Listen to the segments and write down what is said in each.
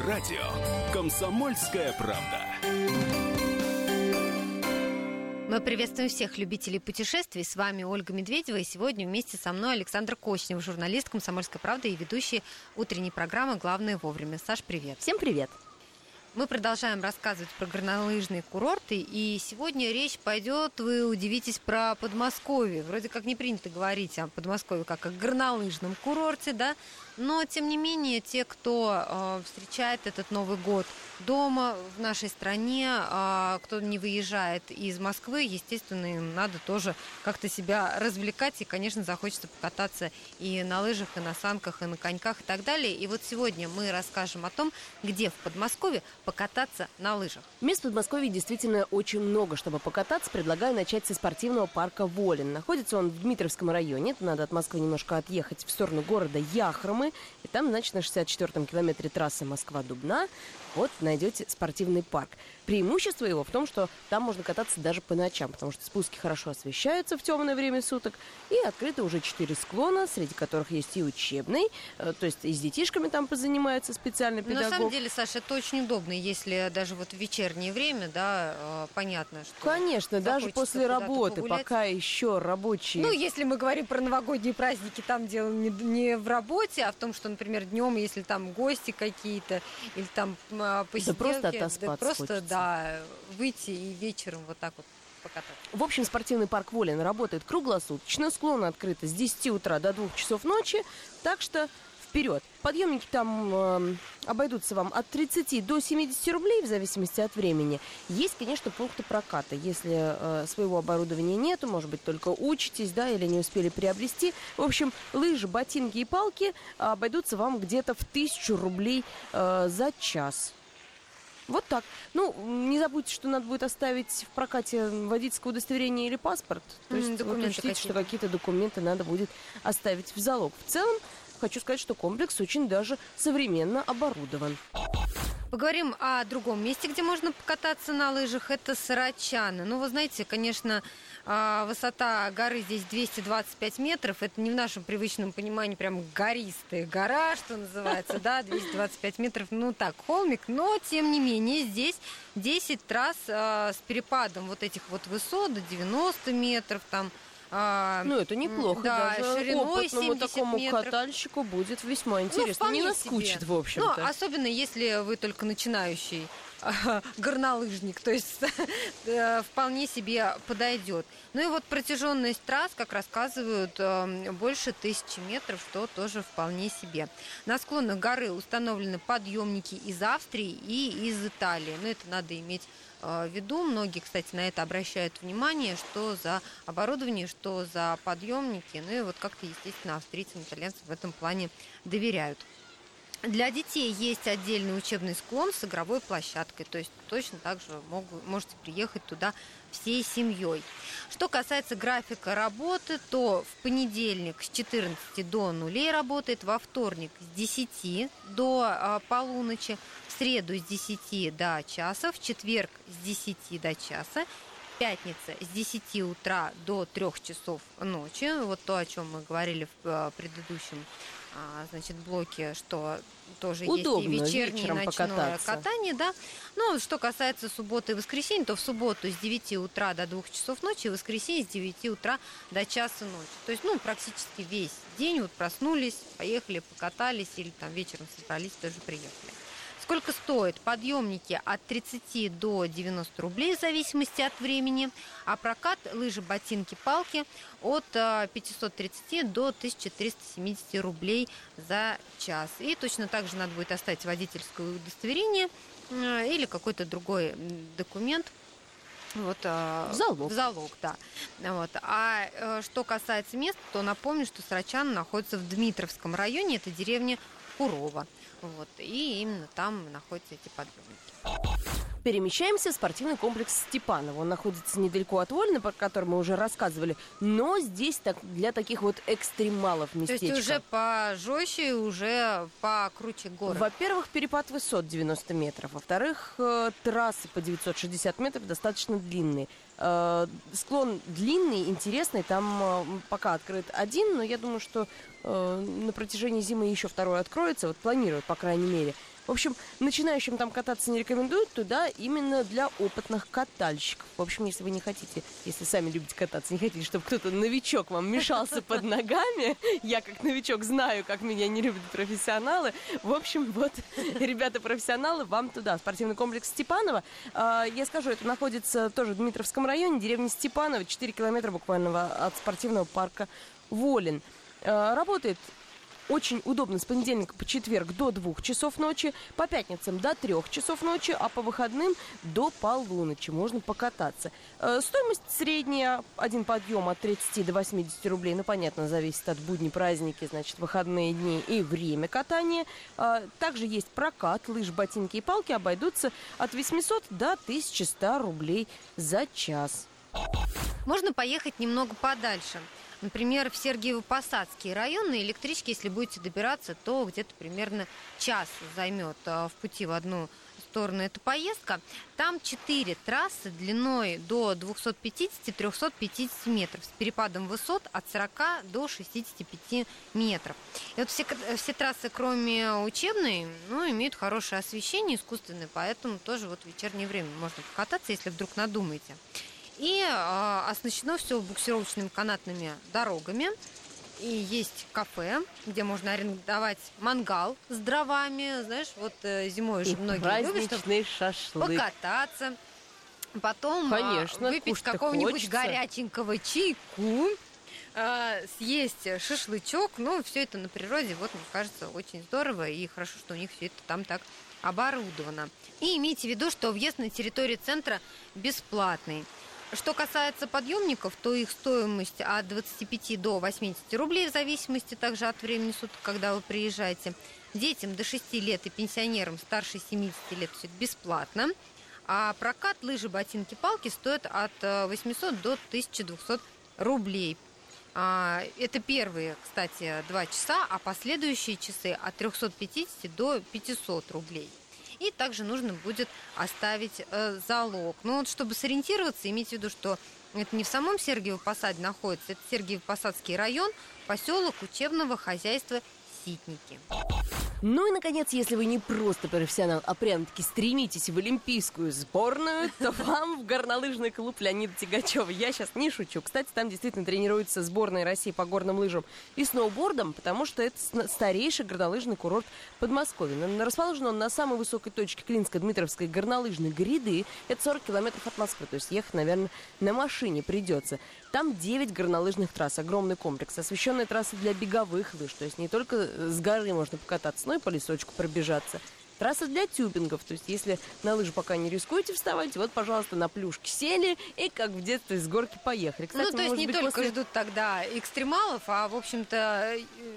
радио «Комсомольская правда». Мы приветствуем всех любителей путешествий. С вами Ольга Медведева. И сегодня вместе со мной Александр Кочнев, журналист «Комсомольской правды» и ведущий утренней программы «Главное вовремя». Саш, привет. Всем привет. Мы продолжаем рассказывать про горнолыжные курорты. И сегодня речь пойдет, вы удивитесь, про Подмосковье. Вроде как не принято говорить о Подмосковье как о горнолыжном курорте, да? Но, тем не менее, те, кто встречает этот Новый год дома, в нашей стране, кто не выезжает из Москвы, естественно, им надо тоже как-то себя развлекать. И, конечно, захочется покататься и на лыжах, и на санках, и на коньках, и так далее. И вот сегодня мы расскажем о том, где в Подмосковье покататься на лыжах. Мест в Подмосковье действительно очень много, чтобы покататься. Предлагаю начать со спортивного парка «Волин». Находится он в Дмитровском районе. Это надо от Москвы немножко отъехать в сторону города Яхромы. И там, значит, на 64-м километре трассы Москва-Дубна вот найдете спортивный парк. Преимущество его в том, что там можно кататься даже по ночам, потому что спуски хорошо освещаются в темное время суток. И открыты уже 4 склона, среди которых есть и учебный. То есть и с детишками там позанимаются специальный педагог. На самом деле, Саша, это очень удобно, если даже вот в вечернее время, да, понятно, что... Конечно, даже после работы, погулять. пока еще рабочие... Ну, если мы говорим про новогодние праздники, там дело не в работе, а в том, что, например, днем, если там гости какие-то, или там посиделки... Да просто отоспаться да просто, хочется. да, выйти и вечером вот так вот покататься. В общем, спортивный парк «Волин» работает круглосуточно, склоны открыты с 10 утра до 2 часов ночи, так что вперед. Подъемники там обойдутся вам от 30 до 70 рублей, в зависимости от времени. Есть, конечно, пункты проката. Если своего оборудования нету, может быть, только учитесь, да, или не успели приобрести. В общем, лыжи, ботинки и палки обойдутся вам где-то в 1000 рублей за час. Вот так. Ну, не забудьте, что надо будет оставить в прокате водительское удостоверение или паспорт. То есть вот учтите, что какие-то документы надо будет оставить в залог. В целом, хочу сказать, что комплекс очень даже современно оборудован. Поговорим о другом месте, где можно покататься на лыжах. Это Сарачаны. Ну, вы знаете, конечно, высота горы здесь 225 метров. Это не в нашем привычном понимании прям гористая гора, что называется, да, 225 метров. Ну, так, холмик. Но, тем не менее, здесь 10 трасс с перепадом вот этих вот высот до 90 метров, там. Ну, это неплохо, да, даже шириной опытному 70 такому метров. катальщику будет весьма интересно. Ну, не наскучит, в общем-то. Ну, особенно если вы только начинающий горнолыжник, то есть вполне себе подойдет. Ну и вот протяженность трасс, как рассказывают, больше 1000 метров, что тоже вполне себе. На склонах горы установлены подъемники из Австрии и из Италии. Но это надо иметь в виду. Многие, кстати, на это обращают внимание, что за оборудование, что за подъемники. Ну и вот как-то, естественно, австрийцам, итальянцам в этом плане доверяют. Для детей есть отдельный учебный склон с игровой площадкой, то есть точно так же можете приехать туда всей семьей. Что касается графика работы, то в понедельник с 14 до 0 работает, во вторник с 10 до полуночи, в среду с 10 до часа, в четверг с 10 до часа, пятница с 10 утра до 3 часов ночи, вот то, о чем мы говорили в предыдущем блоке, что тоже удобно, есть и вечернее, и ночное покататься. Катание, да. Ну, что касается субботы и воскресенья, то в субботу с 9 утра до 2 часов ночи, и в воскресенье с 9 утра до часа ночи. То есть, ну, практически весь день вот проснулись, поехали, покатались, или там вечером собрались, тоже приехали. Сколько стоит? Подъемники от 30 до 90 рублей в зависимости от времени, а прокат лыжи, ботинки, палки от 530 до 1370 рублей за час. И точно так же надо будет оставить водительское удостоверение или какой-то другой документ. Вот, в залог, да. Вот. А что касается мест, то напомню, что Сарачаны находится в Дмитровском районе, это деревня Курова. Вот, и именно там находятся эти подъемники. Перемещаемся в спортивный комплекс Степаново. Он находится недалеко от Волина, про который мы уже рассказывали, но здесь для таких вот экстремалов местечко. То есть уже пожестче, уже покруче горы. Во-первых, перепад высот 90 метров. Во-вторых, трассы по 960 метров достаточно длинные. Склон длинный, интересный. Там пока открыт один, но я думаю, что на протяжении зимы еще второй откроется. Вот планируют, по крайней мере. В общем, начинающим там кататься не рекомендуют, туда именно для опытных катальщиков. В общем, если вы не хотите, если сами любите кататься, не хотите, чтобы кто-то новичок вам мешался под ногами, я как новичок знаю, как меня не любят профессионалы. В общем, вот, ребята-профессионалы, вам туда. Спортивный комплекс Степаново. Я скажу, это находится тоже в Дмитровском районе, деревня Степаново, 4 километра буквально от спортивного парка Волин. Работает очень удобно с понедельника по четверг до 2 часов ночи, по пятницам до 3 часов ночи, а по выходным до полуночи можно покататься. Стоимость средняя, один подъем от 30 до 80 рублей, ну, понятно, зависит от будней, праздники, значит, выходные дни и время катания. Также есть прокат, лыж, ботинки и палки обойдутся от 800 до 1100 рублей за час. Можно поехать немного подальше. Например, в Сергиево-Посадский район на электричке, если будете добираться, то где-то примерно час займет в пути в одну сторону эта поездка. Там 4 трассы длиной до 250-350 метров с перепадом высот от 40 до 65 метров. И вот все трассы, кроме учебной, имеют хорошее освещение искусственное, поэтому тоже вот в вечернее время можно покататься, если вдруг надумаете. И оснащено все буксировочными канатными дорогами. И есть кафе, где можно арендовать мангал с дровами. Знаешь, вот зимой же многие любят, чтобы шашлык. Покататься. Потом Конечно, выпить какого-нибудь хочется. горяченького чайку. Съесть шашлычок. Все это на природе, вот, мне кажется, очень здорово. И хорошо, что у них все это там так оборудовано. И имейте в виду, что въезд на территорию центра бесплатный. Что касается подъемников, то их стоимость от 25 до 80 рублей, в зависимости также от времени суток, когда вы приезжаете. Детям до 6 лет и пенсионерам старше 70 лет все это бесплатно. А прокат лыжи, ботинки, палки стоит от 800 до 1200 рублей. Это первые, кстати, 2 часа, а последующие часы от 350 до 500 рублей. И также нужно будет оставить залог. Чтобы сориентироваться, имейте в виду, что это не в самом Сергиево-Посаде находится, это Сергиево-Посадский район, поселок учебного хозяйства Ситники. Ну и, наконец, если вы не просто профессионал, а прям-таки стремитесь в олимпийскую сборную, то вам в горнолыжный клуб Леонида Тягачева. Я сейчас не шучу. Кстати, там действительно тренируется сборная России по горным лыжам и сноубордам, потому что это старейший горнолыжный курорт Подмосковья. Расположен он на самой высокой точке Клинско-Дмитровской горнолыжной гряды. Это 40 километров от Москвы, то есть ехать, наверное, на машине придется. Там 9 горнолыжных трасс, огромный комплекс, освещенные трассы для беговых лыж, то есть не только с горы можно покататься, но и по лесочку пробежаться. Трасса для тюбингов, то есть если на лыжи пока не рискуете вставать, вот, пожалуйста, на плюшки сели и как в детстве с горки поехали. Кстати, то есть не только ждут тогда экстремалов, а, в общем-то,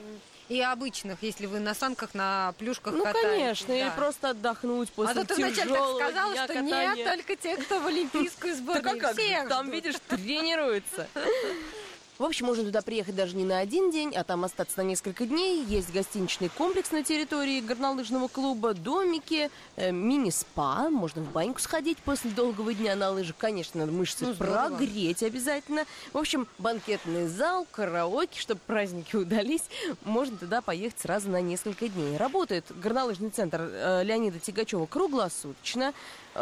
и обычных, если вы на санках, на плюшках катаетесь. Конечно, да. и просто отдохнуть после тяжелого дня катания. А то ты вначале так сказала, что катания. нет, только те, кто в олимпийскую сборную. Так Всех там, ждут. видишь, тренируются. В общем, можно туда приехать даже не на один день, а там остаться на несколько дней. Есть гостиничный комплекс на территории горнолыжного клуба, домики, мини-спа. Можно в баньку сходить после долгого дня на лыжах. Конечно, надо мышцы прогреть обязательно. В общем, банкетный зал, караоке, чтобы праздники удались. Можно туда поехать сразу на несколько дней. Работает горнолыжный центр Леонида Тягачева круглосуточно.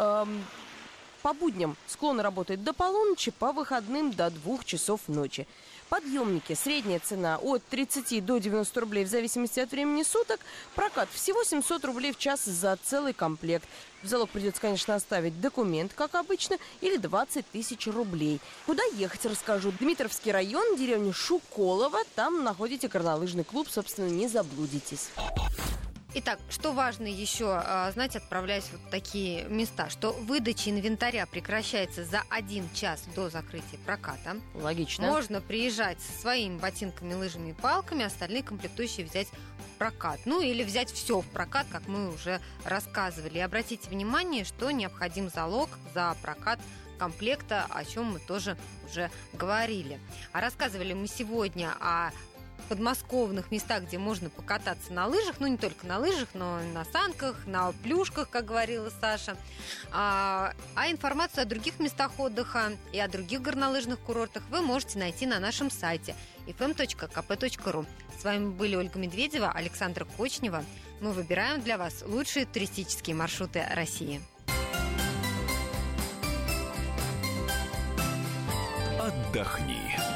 По будням склон работает до полуночи, по выходным до 2 часов ночи. Подъемники. Средняя цена от 30 до 90 рублей в зависимости от времени суток. Прокат всего 700 рублей в час за целый комплект. В залог придется, конечно, оставить документ, как обычно, или 20 тысяч рублей. Куда ехать, расскажу. Дмитровский район, деревня Шуколово. Там находите горнолыжный клуб, собственно, не заблудитесь. Итак, что важно еще знать, отправляясь в вот такие места, что выдача инвентаря прекращается за 1 час до закрытия проката. Логично. Можно приезжать со своими ботинками, лыжами и палками, остальные комплектующие взять в прокат. Или взять все в прокат, как мы уже рассказывали. И обратите внимание, что необходим залог за прокат комплекта, о чем мы тоже уже говорили. А рассказывали мы сегодня о подмосковных местах, где можно покататься на лыжах, не только на лыжах, но и на санках, на плюшках, как говорила Саша. А информацию о других местах отдыха и о других горнолыжных курортах вы можете найти на нашем сайте fm.kp.ru. С вами были Ольга Медведева, Александра Кочнева. Мы выбираем для вас лучшие туристические маршруты России. Отдохни.